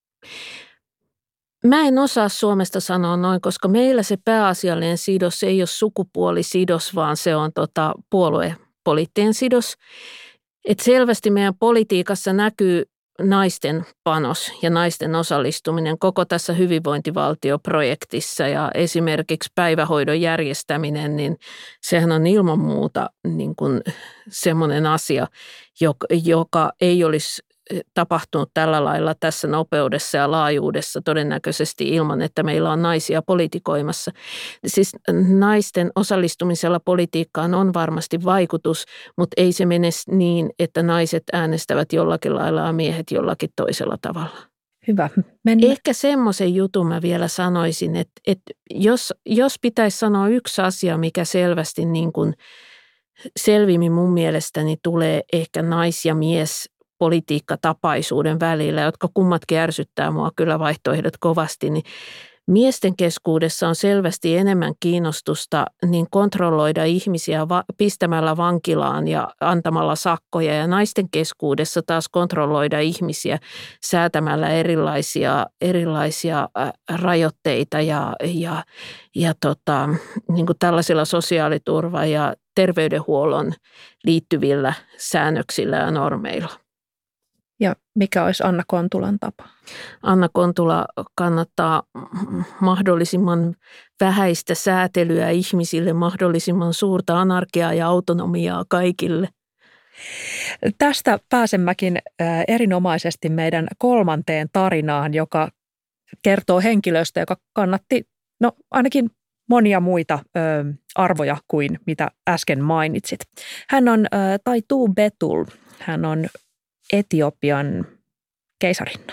Mä en osaa Suomesta sanoa noin, koska meillä se pääasiallinen sidos ei ole sukupuolisidos, vaan se on tota puoluepoliittinen sidos. Et selvästi meidän politiikassa näkyy naisten panos ja naisten osallistuminen koko tässä hyvinvointivaltioprojektissa ja esimerkiksi päivähoidon järjestäminen, niin sehän on ilman muuta niin kuin semmoinen asia, joka, joka ei olisi tapahtunut tällä lailla tässä nopeudessa ja laajuudessa todennäköisesti ilman, että meillä on naisia politikoimassa. Siis naisten osallistumisella politiikkaan on varmasti vaikutus, mutta ei se mene niin, että naiset äänestävät jollakin lailla ja miehet jollakin toisella tavalla. Hyvä. Mennään. Ehkä semmoisen jutun mä vielä sanoisin, että, että jos, jos pitäisi sanoa yksi asia, mikä selvästi niin kuin selvimmin mun mielestäni tulee ehkä nais- ja mies politiikkatapaisuuden välillä, jotka kummatkin ärsyttää mua kyllä vaihtoehdot kovasti, niin miesten keskuudessa on selvästi enemmän kiinnostusta niin kontrolloida ihmisiä va- pistämällä vankilaan ja antamalla sakkoja, ja naisten keskuudessa taas kontrolloida ihmisiä säätämällä erilaisia, erilaisia rajoitteita ja, ja, ja tota, niin kuin tällaisilla sosiaaliturva- ja terveydenhuollon liittyvillä säännöksillä ja normeilla. Ja mikä olisi Anna Kontulan tapa? Anna Kontula kannattaa mahdollisimman vähäistä säätelyä ihmisille, mahdollisimman suurta anarkiaa ja autonomiaa kaikille. Tästä pääsemmekin erinomaisesti meidän kolmanteen tarinaan, joka kertoo henkilöstä, joka kannatti no ainakin monia muita ö, arvoja kuin mitä äsken mainitsit. Hän on ö, Taitu Betul. Hän on Etiopian keisarinna.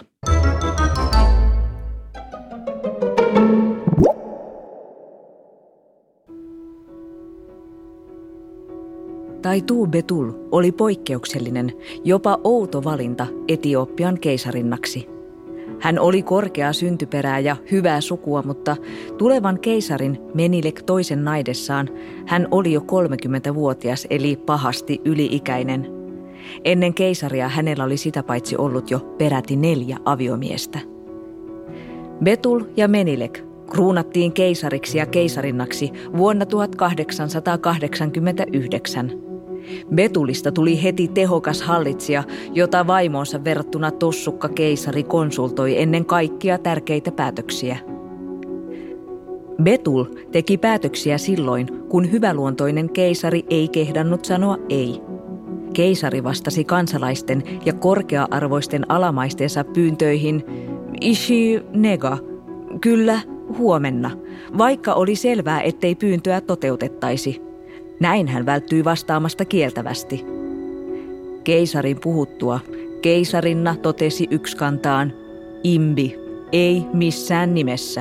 Taitu Betul oli poikkeuksellinen, jopa outo valinta Etiopian keisarinnaksi. Hän oli korkeaa syntyperää ja hyvää sukua, mutta tulevan keisarin Menilek toisen naidessaan hän oli jo kolmekymmentävuotias eli pahasti yli-ikäinen. Ennen keisaria hänellä oli sitä paitsi ollut jo peräti neljä aviomiestä. Betul ja Menilek kruunattiin keisariksi ja keisarinnaksi vuonna tuhatkahdeksansataakahdeksankymmentäyhdeksän. Betulista tuli heti tehokas hallitsija, jota vaimoonsa verrattuna tossukka keisari konsultoi ennen kaikkia tärkeitä päätöksiä. Betul teki päätöksiä silloin, kun hyväluontoinen keisari ei kehdannut sanoa ei. Keisari vastasi kansalaisten ja korkea-arvoisten alamaistensa pyyntöihin ishi nega, kyllä, huomenna, vaikka oli selvää, ettei pyyntöä toteutettaisi. Näin hän välttyi vastaamasta kieltävästi. Keisarin puhuttua, keisarinna totesi ykskantaan, imbi, ei missään nimessä.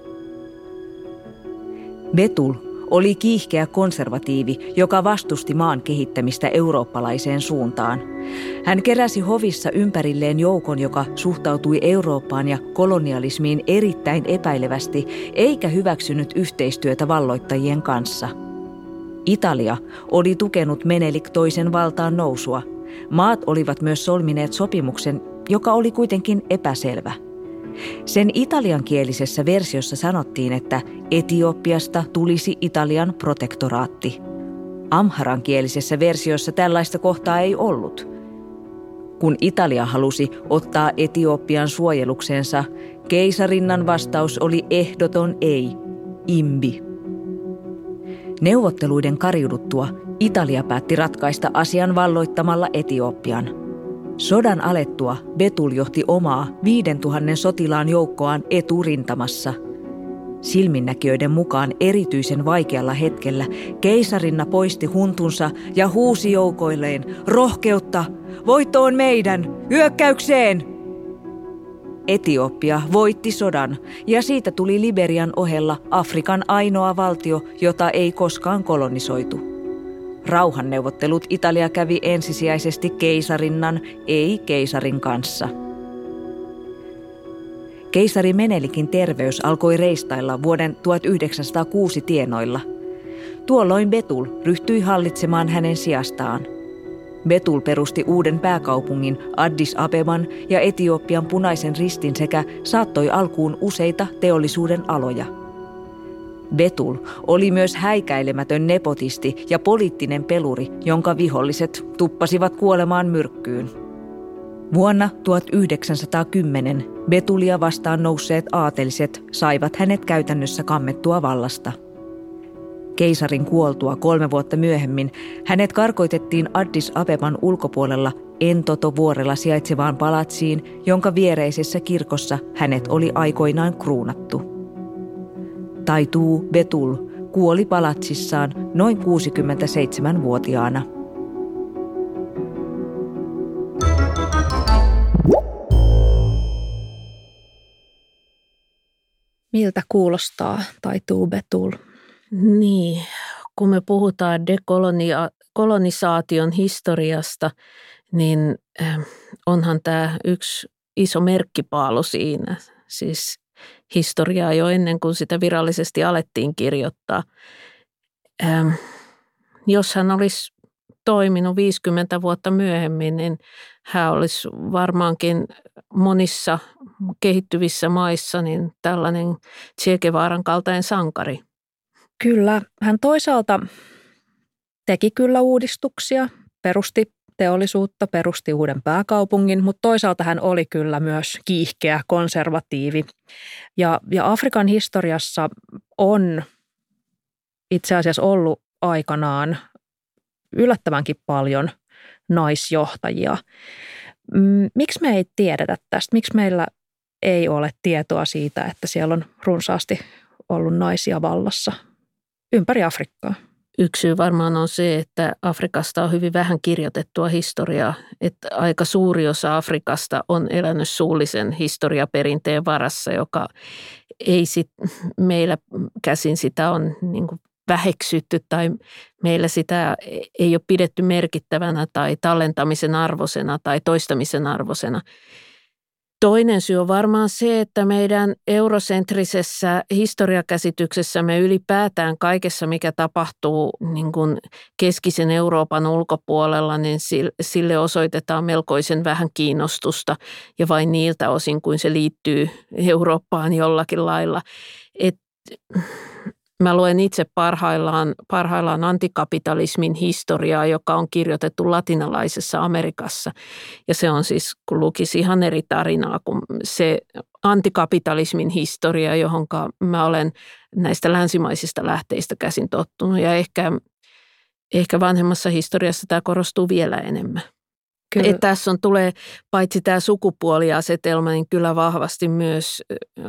Betul oli kiihkeä konservatiivi, joka vastusti maan kehittämistä eurooppalaiseen suuntaan. Hän keräsi hovissa ympärilleen joukon, joka suhtautui Eurooppaan ja kolonialismiin erittäin epäilevästi, eikä hyväksynyt yhteistyötä valloittajien kanssa. Italia oli tukenut Menelik toisen valtaan nousua. Maat olivat myös solmineet sopimuksen, joka oli kuitenkin epäselvä. Sen italiankielisessä versiossa sanottiin, että Etiopiasta tulisi Italian protektoraatti. Amharankielisessä versiossa tällaista kohtaa ei ollut. Kun Italia halusi ottaa Etiopian suojelukseensa, keisarinnan vastaus oli ehdoton ei, imbi. Neuvotteluiden kariuduttua Italia päätti ratkaista asian valloittamalla Etiopian. Sodan alettua Betul johti omaa viidentuhannen sotilaan joukkoaan eturintamassa. Silminnäkijöiden mukaan erityisen vaikealla hetkellä keisarinna poisti huntunsa ja huusi joukoilleen, rohkeutta, voitto on meidän, hyökkäykseen! Etiopia voitti sodan ja siitä tuli Liberian ohella Afrikan ainoa valtio, jota ei koskaan kolonisoitu. Rauhanneuvottelut Italia kävi ensisijaisesti keisarinnan, ei keisarin kanssa. Keisari Menelikin terveys alkoi reistailla vuoden tuhatyhdeksänsataakuusi tienoilla. Tuolloin Betul ryhtyi hallitsemaan hänen sijastaan. Betul perusti uuden pääkaupungin Addis Abeban ja Etiopian punaisen ristin sekä saattoi alkuun useita teollisuuden aloja. Betul oli myös häikäilemätön nepotisti ja poliittinen peluri, jonka viholliset tuppasivat kuolemaan myrkkyyn. Vuonna tuhatyhdeksänsataakymmenen Betulia vastaan nousseet aateliset saivat hänet käytännössä kammettua vallasta. Keisarin kuoltua kolme vuotta myöhemmin hänet karkoitettiin Addis Abeban ulkopuolella Entoto-vuorella sijaitsevaan palatsiin, jonka viereisessä kirkossa hänet oli aikoinaan kruunattu. Taitu Betul kuoli palatsissaan noin kuusikymmentäseitsemänvuotiaana. Miltä kuulostaa Taitu Betul? Niin, kun me puhutaan dekolonisaation historiasta, niin onhan tämä yksi iso merkkipaalu siinä. Siis historiaa jo ennen kuin sitä virallisesti alettiin kirjoittaa. Ähm, jos hän olisi toiminut viisikymmentä vuotta myöhemmin, niin hän olisi varmaankin monissa kehittyvissä maissa niin tällainen Che Guevaran kaltainen sankari. Kyllä, hän toisaalta teki kyllä uudistuksia, perusti teollisuutta, perusti uuden pääkaupungin, mutta toisaalta hän oli kyllä myös kiihkeä, konservatiivi. Ja, ja Afrikan historiassa on itse asiassa ollut aikanaan yllättävänkin paljon naisjohtajia. Miksi me ei tiedetä tästä? Miksi meillä ei ole tietoa siitä, että siellä on runsaasti ollut naisia vallassa ympäri Afrikkaa? Yksi syy varmaan on se, että Afrikasta on hyvin vähän kirjoitettua historiaa, että aika suuri osa Afrikasta on elänyt suullisen historiaperinteen varassa, joka ei sit meillä käsin sitä on niin kuin väheksytty tai meillä sitä ei ole pidetty merkittävänä tai tallentamisen arvoisena tai toistamisen arvoisena. Toinen syy on varmaan se, että meidän eurosentrisessä historiakäsityksessämme ylipäätään kaikessa, mikä tapahtuu niin kuin keskisen Euroopan ulkopuolella, niin sille osoitetaan melkoisen vähän kiinnostusta ja vain niiltä osin, kuin se liittyy Eurooppaan jollakin lailla. Et mä luen itse parhaillaan, parhaillaan antikapitalismin historiaa, joka on kirjoitettu latinalaisessa Amerikassa. Ja se on siis, kun lukisi ihan eri tarinaa kuin se antikapitalismin historia, johon mä olen näistä länsimaisista lähteistä käsin tottunut. Ja ehkä, ehkä vanhemmassa historiassa tämä korostuu vielä enemmän. Että tässä on, tulee paitsi tämä sukupuoliasetelma, niin kyllä vahvasti myös,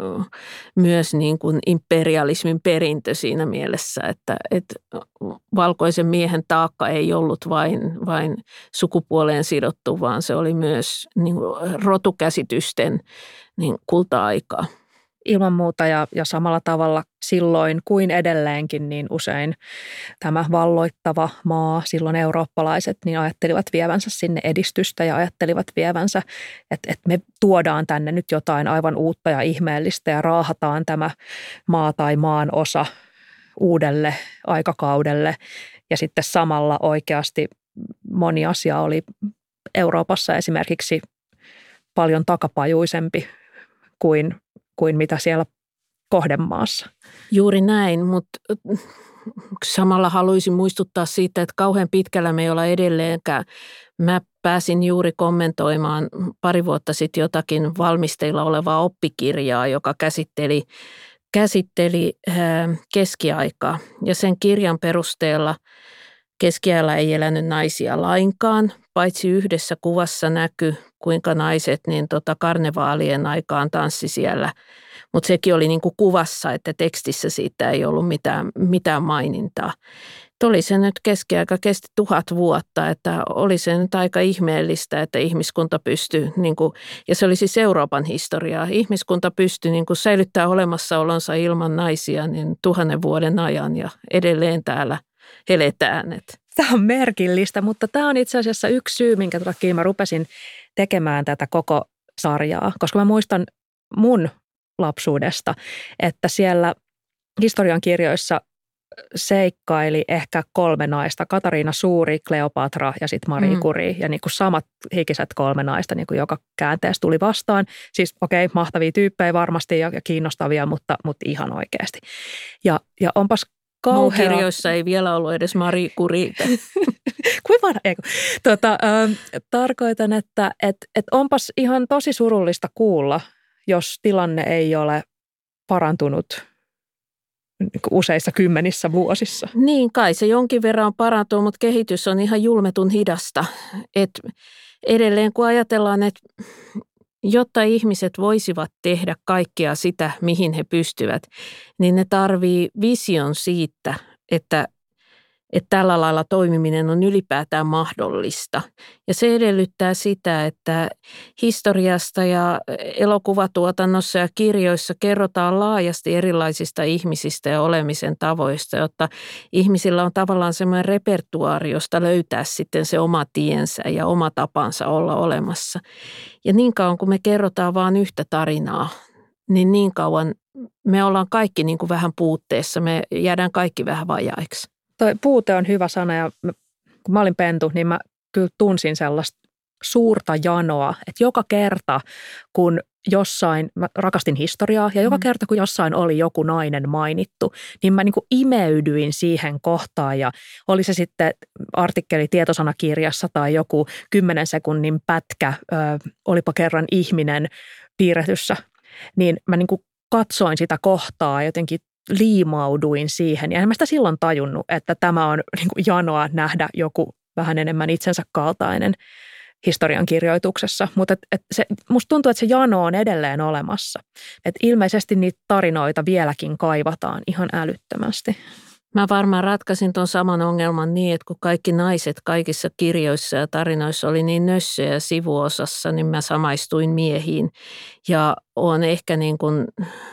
myös niin kuin imperialismin perintö siinä mielessä, että, että valkoisen miehen taakka ei ollut vain, vain sukupuoleen sidottu, vaan se oli myös niin kuin rotukäsitysten niin kulta-aikaa. Ilman muuta ja, ja samalla tavalla silloin kuin edelleenkin niin usein tämä valloittava maa, silloin eurooppalaiset, niin ajattelivat vievänsä sinne edistystä ja ajattelivat vievänsä, että, että me tuodaan tänne nyt jotain aivan uutta ja ihmeellistä ja raahataan tämä maa tai maan osa uudelle aikakaudelle. Ja sitten samalla oikeasti moni asia oli Euroopassa esimerkiksi paljon takapajuisempi kuin kuin mitä siellä kohdemaassa. Juuri näin, mutta samalla haluaisin muistuttaa siitä, että kauhean pitkällä me ei olla edelleenkään. Mä pääsin juuri kommentoimaan pari vuotta sitten jotakin valmisteilla olevaa oppikirjaa, joka käsitteli, käsitteli keskiaikaa. Ja sen kirjan perusteella keskiajalla ei elänyt naisia lainkaan, paitsi yhdessä kuvassa näkyi, kuinka naiset niin tota karnevaalien aikaan tanssi siellä. Mutta sekin oli niinku kuvassa, että tekstissä siitä ei ollut mitään, mitään mainintaa. Oli se nyt keskiaika kesti tuhat vuotta, että oli se nyt aika ihmeellistä, että ihmiskunta pystyi, niinku, ja se oli siis Euroopan historiaa, ihmiskunta pystyi niinku säilyttämään olemassaolonsa ilman naisia niin tuhannen vuoden ajan ja edelleen täällä eletään. Tämä on merkillistä, mutta tämä on itse asiassa yksi syy, minkä takia mä rupesin tekemään tätä koko sarjaa, koska mä muistan mun lapsuudesta, että siellä historiankirjoissa seikkaili ehkä kolme naista, Katariina Suuri, Kleopatra ja sitten Marie Curie, mm. ja niin kuin samat hikiset kolme naista niin kuin joka käänteessä tuli vastaan. Siis okei, okay, mahtavia tyyppejä varmasti ja, ja kiinnostavia, mutta, mutta ihan oikeasti. Ja, ja onpas kauhea. Mun kirjoissa ei vielä ollut edes Marie Curie. Kuin vanha? Eiku. Tota, äh, tarkoitan, että et, et onpas ihan tosi surullista kuulla, jos tilanne ei ole parantunut useissa kymmenissä vuosissa. Niin kai se jonkin verran on parantunut, mutta kehitys on ihan julmetun hidasta. Et edelleen kun ajatellaan, että jotta ihmiset voisivat tehdä kaikkea sitä, mihin he pystyvät, niin ne tarvii vision siitä, että että tällä lailla toimiminen on ylipäätään mahdollista. Ja se edellyttää sitä, että historiasta ja elokuvatuotannossa ja kirjoissa kerrotaan laajasti erilaisista ihmisistä ja olemisen tavoista, jotta ihmisillä on tavallaan semmoinen repertuaari, josta löytää sitten se oma tiensä ja oma tapansa olla olemassa. Ja niin kauan kun me kerrotaan vain yhtä tarinaa, niin niin kauan me ollaan kaikki niin kuin vähän puutteessa, me jäädään kaikki vähän vajaiksi. Toi puute on hyvä sana ja kun mä olin pentu, niin mä kyllä tunsin sellaista suurta janoa, että joka kerta kun jossain, mä rakastin historiaa ja joka kerta kun jossain oli joku nainen mainittu, niin mä niin kuin imeydyin siihen kohtaan ja oli se sitten artikkeli tietosanakirjassa tai joku kymmenen sekunnin pätkä, ö, olipa kerran ihminen piirretyssä, niin mä niin kuin katsoin sitä kohtaa jotenkin liimauduin siihen. Ja en mä sitä silloin tajunnut, että tämä on niin kuin janoa nähdä joku vähän enemmän itsensä kaltainen historian kirjoituksessa. Mutta et, et se, musta tuntuu, että se jano on edelleen olemassa. Et ilmeisesti niitä tarinoita vieläkin kaivataan ihan älyttömästi. Mä varmaan ratkaisin tuon saman ongelman niin, että kun kaikki naiset kaikissa kirjoissa ja tarinoissa oli niin nössöjä sivuosassa, niin mä samaistuin miehiin. Ja oon ehkä niin kuin...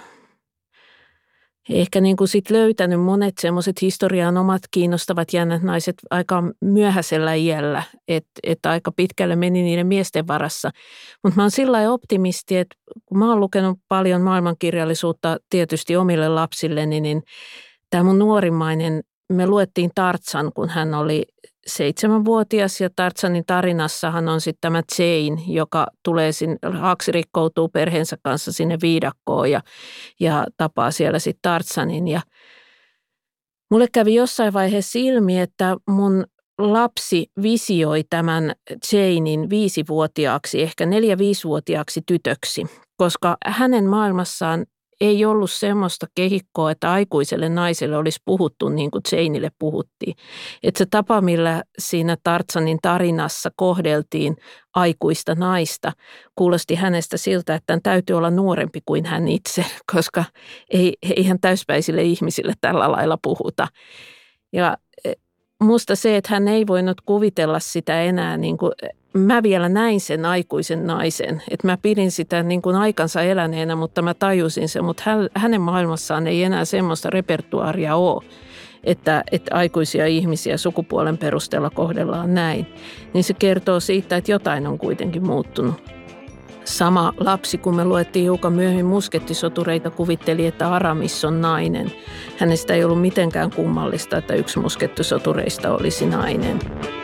Ehkä niin kuin sit löytänyt monet semmoiset historiaan omat kiinnostavat jännät naiset aika myöhäisellä iällä, että et aika pitkälle meni niiden miesten varassa. Mutta mä oon sillä lailla optimisti, että kun mä oon lukenut paljon maailmankirjallisuutta tietysti omille lapsilleni, niin tämä mun nuorimmainen, me luettiin Tarzan, kun hän oli seitsemänvuotias ja Tarzanin tarinassahan on sitten tämä Jane, joka tulee sinne, haaksi rikkoutuu perheensä kanssa sinne viidakkoon ja, ja tapaa siellä sitten Tarzanin. Ja mulle kävi jossain vaiheessa ilmi, että mun lapsi visioi tämän Janein viisivuotiaaksi, ehkä neljä-viisivuotiaaksi tytöksi, koska hänen maailmassaan ei ollut semmoista kehikkoa, että aikuiselle naiselle olisi puhuttu niin kuin Janeille puhuttiin. Että se tapa, millä siinä Tarzanin tarinassa kohdeltiin aikuista naista, kuulosti hänestä siltä, että hän täytyy olla nuorempi kuin hän itse, koska ei, eihän täyspäisille ihmisille tällä lailla puhuta. Ja musta se, että hän ei voinut kuvitella sitä enää, niin kuin, mä vielä näin sen aikuisen naisen, että mä pidin sitä niin kuin aikansa eläneenä, mutta mä tajusin sen, mutta hänen maailmassaan ei enää semmoista repertuaaria ole, että, että aikuisia ihmisiä sukupuolen perusteella kohdellaan näin. Niin se kertoo siitä, että jotain on kuitenkin muuttunut. Sama lapsi, kun me luettiin hiukan myöhemmin muskettisotureita, kuvitteli, että Aramis on nainen. Hänestä ei ollut mitenkään kummallista, että yksi muskettisotureista olisi nainen.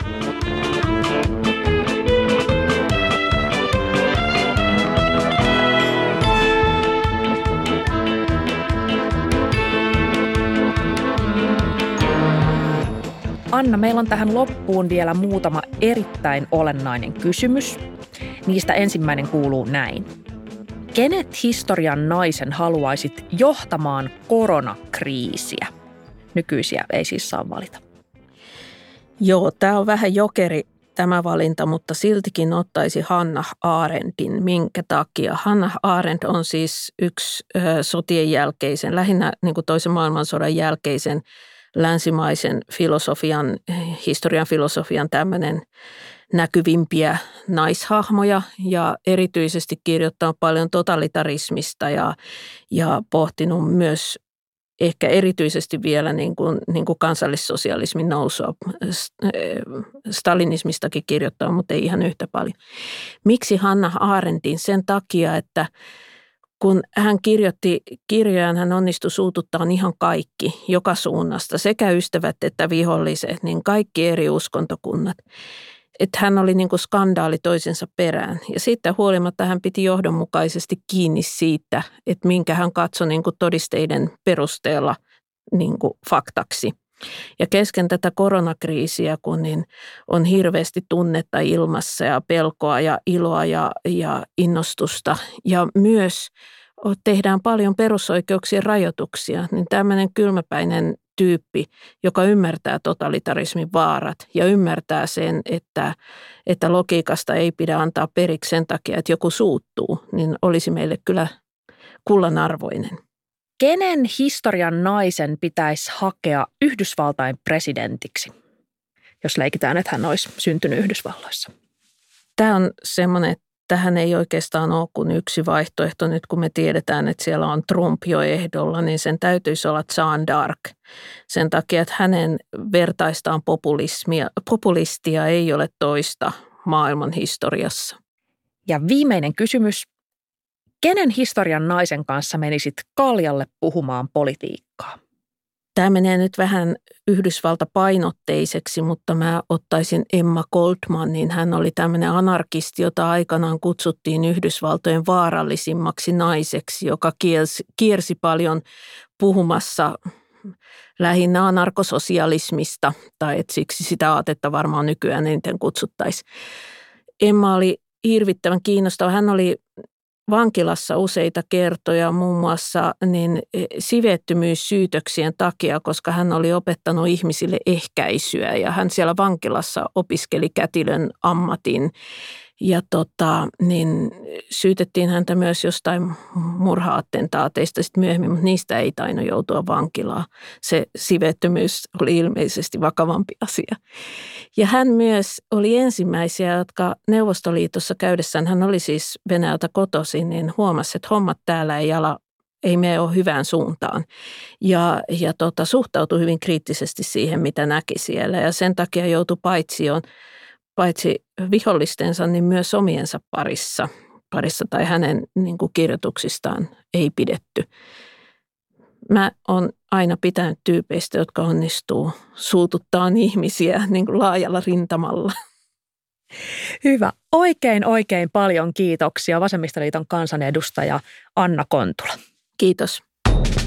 Anna, meillä on tähän loppuun vielä muutama erittäin olennainen kysymys. Niistä ensimmäinen kuuluu näin. Kenet historian naisen haluaisit johtamaan koronakriisiä? Nykyisiä ei siis saa valita. Joo, tämä on vähän jokeri tämä valinta, mutta siltikin ottaisi Hannah Arendtin. Minkä takia? Hannah Arendt on siis yksi ö, sotien jälkeisen, lähinnä niin kuin toisen maailmansodan jälkeisen länsimaisen filosofian, historian filosofian tämmöinen näkyvimpiä naishahmoja ja erityisesti kirjoittaa paljon totalitarismista ja, ja pohtinut myös ehkä erityisesti vielä niin kuin, niin kuin kansallissosialismin nousua. Stalinismistakin kirjoittaa, mutta ei ihan yhtä paljon. Miksi Hannah Arendtin? Sen takia, että kun hän kirjoitti kirjojaan, hän onnistui suututtaan ihan kaikki joka suunnasta, sekä ystävät että viholliset, niin kaikki eri uskontokunnat. Että hän oli niin kuin skandaali toisensa perään. Ja siitä huolimatta hän piti johdonmukaisesti kiinni siitä, että minkä hän katsoi niin kuin todisteiden perusteella niin kuin faktaksi. Ja kesken tätä koronakriisiä, kun niin on hirveästi tunnetta ilmassa ja pelkoa ja iloa ja, ja innostusta ja myös tehdään paljon perusoikeuksien rajoituksia, niin tämmöinen kylmäpäinen tyyppi, joka ymmärtää totalitarismin vaarat ja ymmärtää sen, että, että logiikasta ei pidä antaa periksi sen takia, että joku suuttuu, niin olisi meille kyllä kullanarvoinen. Kenen historian naisen pitäisi hakea Yhdysvaltain presidentiksi, jos leikitään, että hän olisi syntynyt Yhdysvalloissa? Tämä on semmoinen, että tähän ei oikeastaan ole kuin yksi vaihtoehto. Nyt kun me tiedetään, että siellä on Trump jo ehdolla, niin sen täytyisi olla Jeanne d'Arc. Sen takia, että hänen vertaistaan populismia, populistia ei ole toista maailman historiassa. Ja viimeinen kysymys. Kenen historian naisen kanssa menisit kaljalle puhumaan politiikkaa? Tämä menee nyt vähän Yhdysvaltapainotteiseksi, mutta mä ottaisin Emma Goldmanin. Hän oli tämmöinen anarkisti, jota aikanaan kutsuttiin Yhdysvaltojen vaarallisimmaksi naiseksi, joka kiersi, kiersi paljon puhumassa lähinnä anarkososialismista, tai et siksi sitä aatetta varmaan nykyään eniten kutsuttaisiin. Emma oli hirvittävän kiinnostava. Hän oli vankilassa useita kertoja muun muassa niin siveettömyyssyytöksien takia, koska hän oli opettanut ihmisille ehkäisyä ja hän siellä vankilassa opiskeli kätilön ammatin. Ja tota, niin syytettiin häntä myös jostain murha-attentaateista sitten myöhemmin, mutta niistä ei tainnut joutua vankilaan. Se siveettömyys oli ilmeisesti vakavampi asia. Ja hän myös oli ensimmäisiä, jotka Neuvostoliitossa käydessään, hän oli siis Venäjältä kotoisin, niin huomasi, että hommat täällä ei ala, ei mene ole hyvään suuntaan. Ja, ja tota, suhtautui hyvin kriittisesti siihen, mitä näki siellä ja sen takia joutui paitsioon. Paitsi vihollistensa, niin myös omiensa parissa, parissa tai hänen niin kuin kirjoituksistaan ei pidetty. Mä oon aina pitänyt tyypeistä, jotka onnistuu suututtaa ihmisiä niin kuin laajalla rintamalla. Hyvä. Oikein, oikein paljon kiitoksia Vasemmistoliiton kansanedustaja Anna Kontula. Kiitos.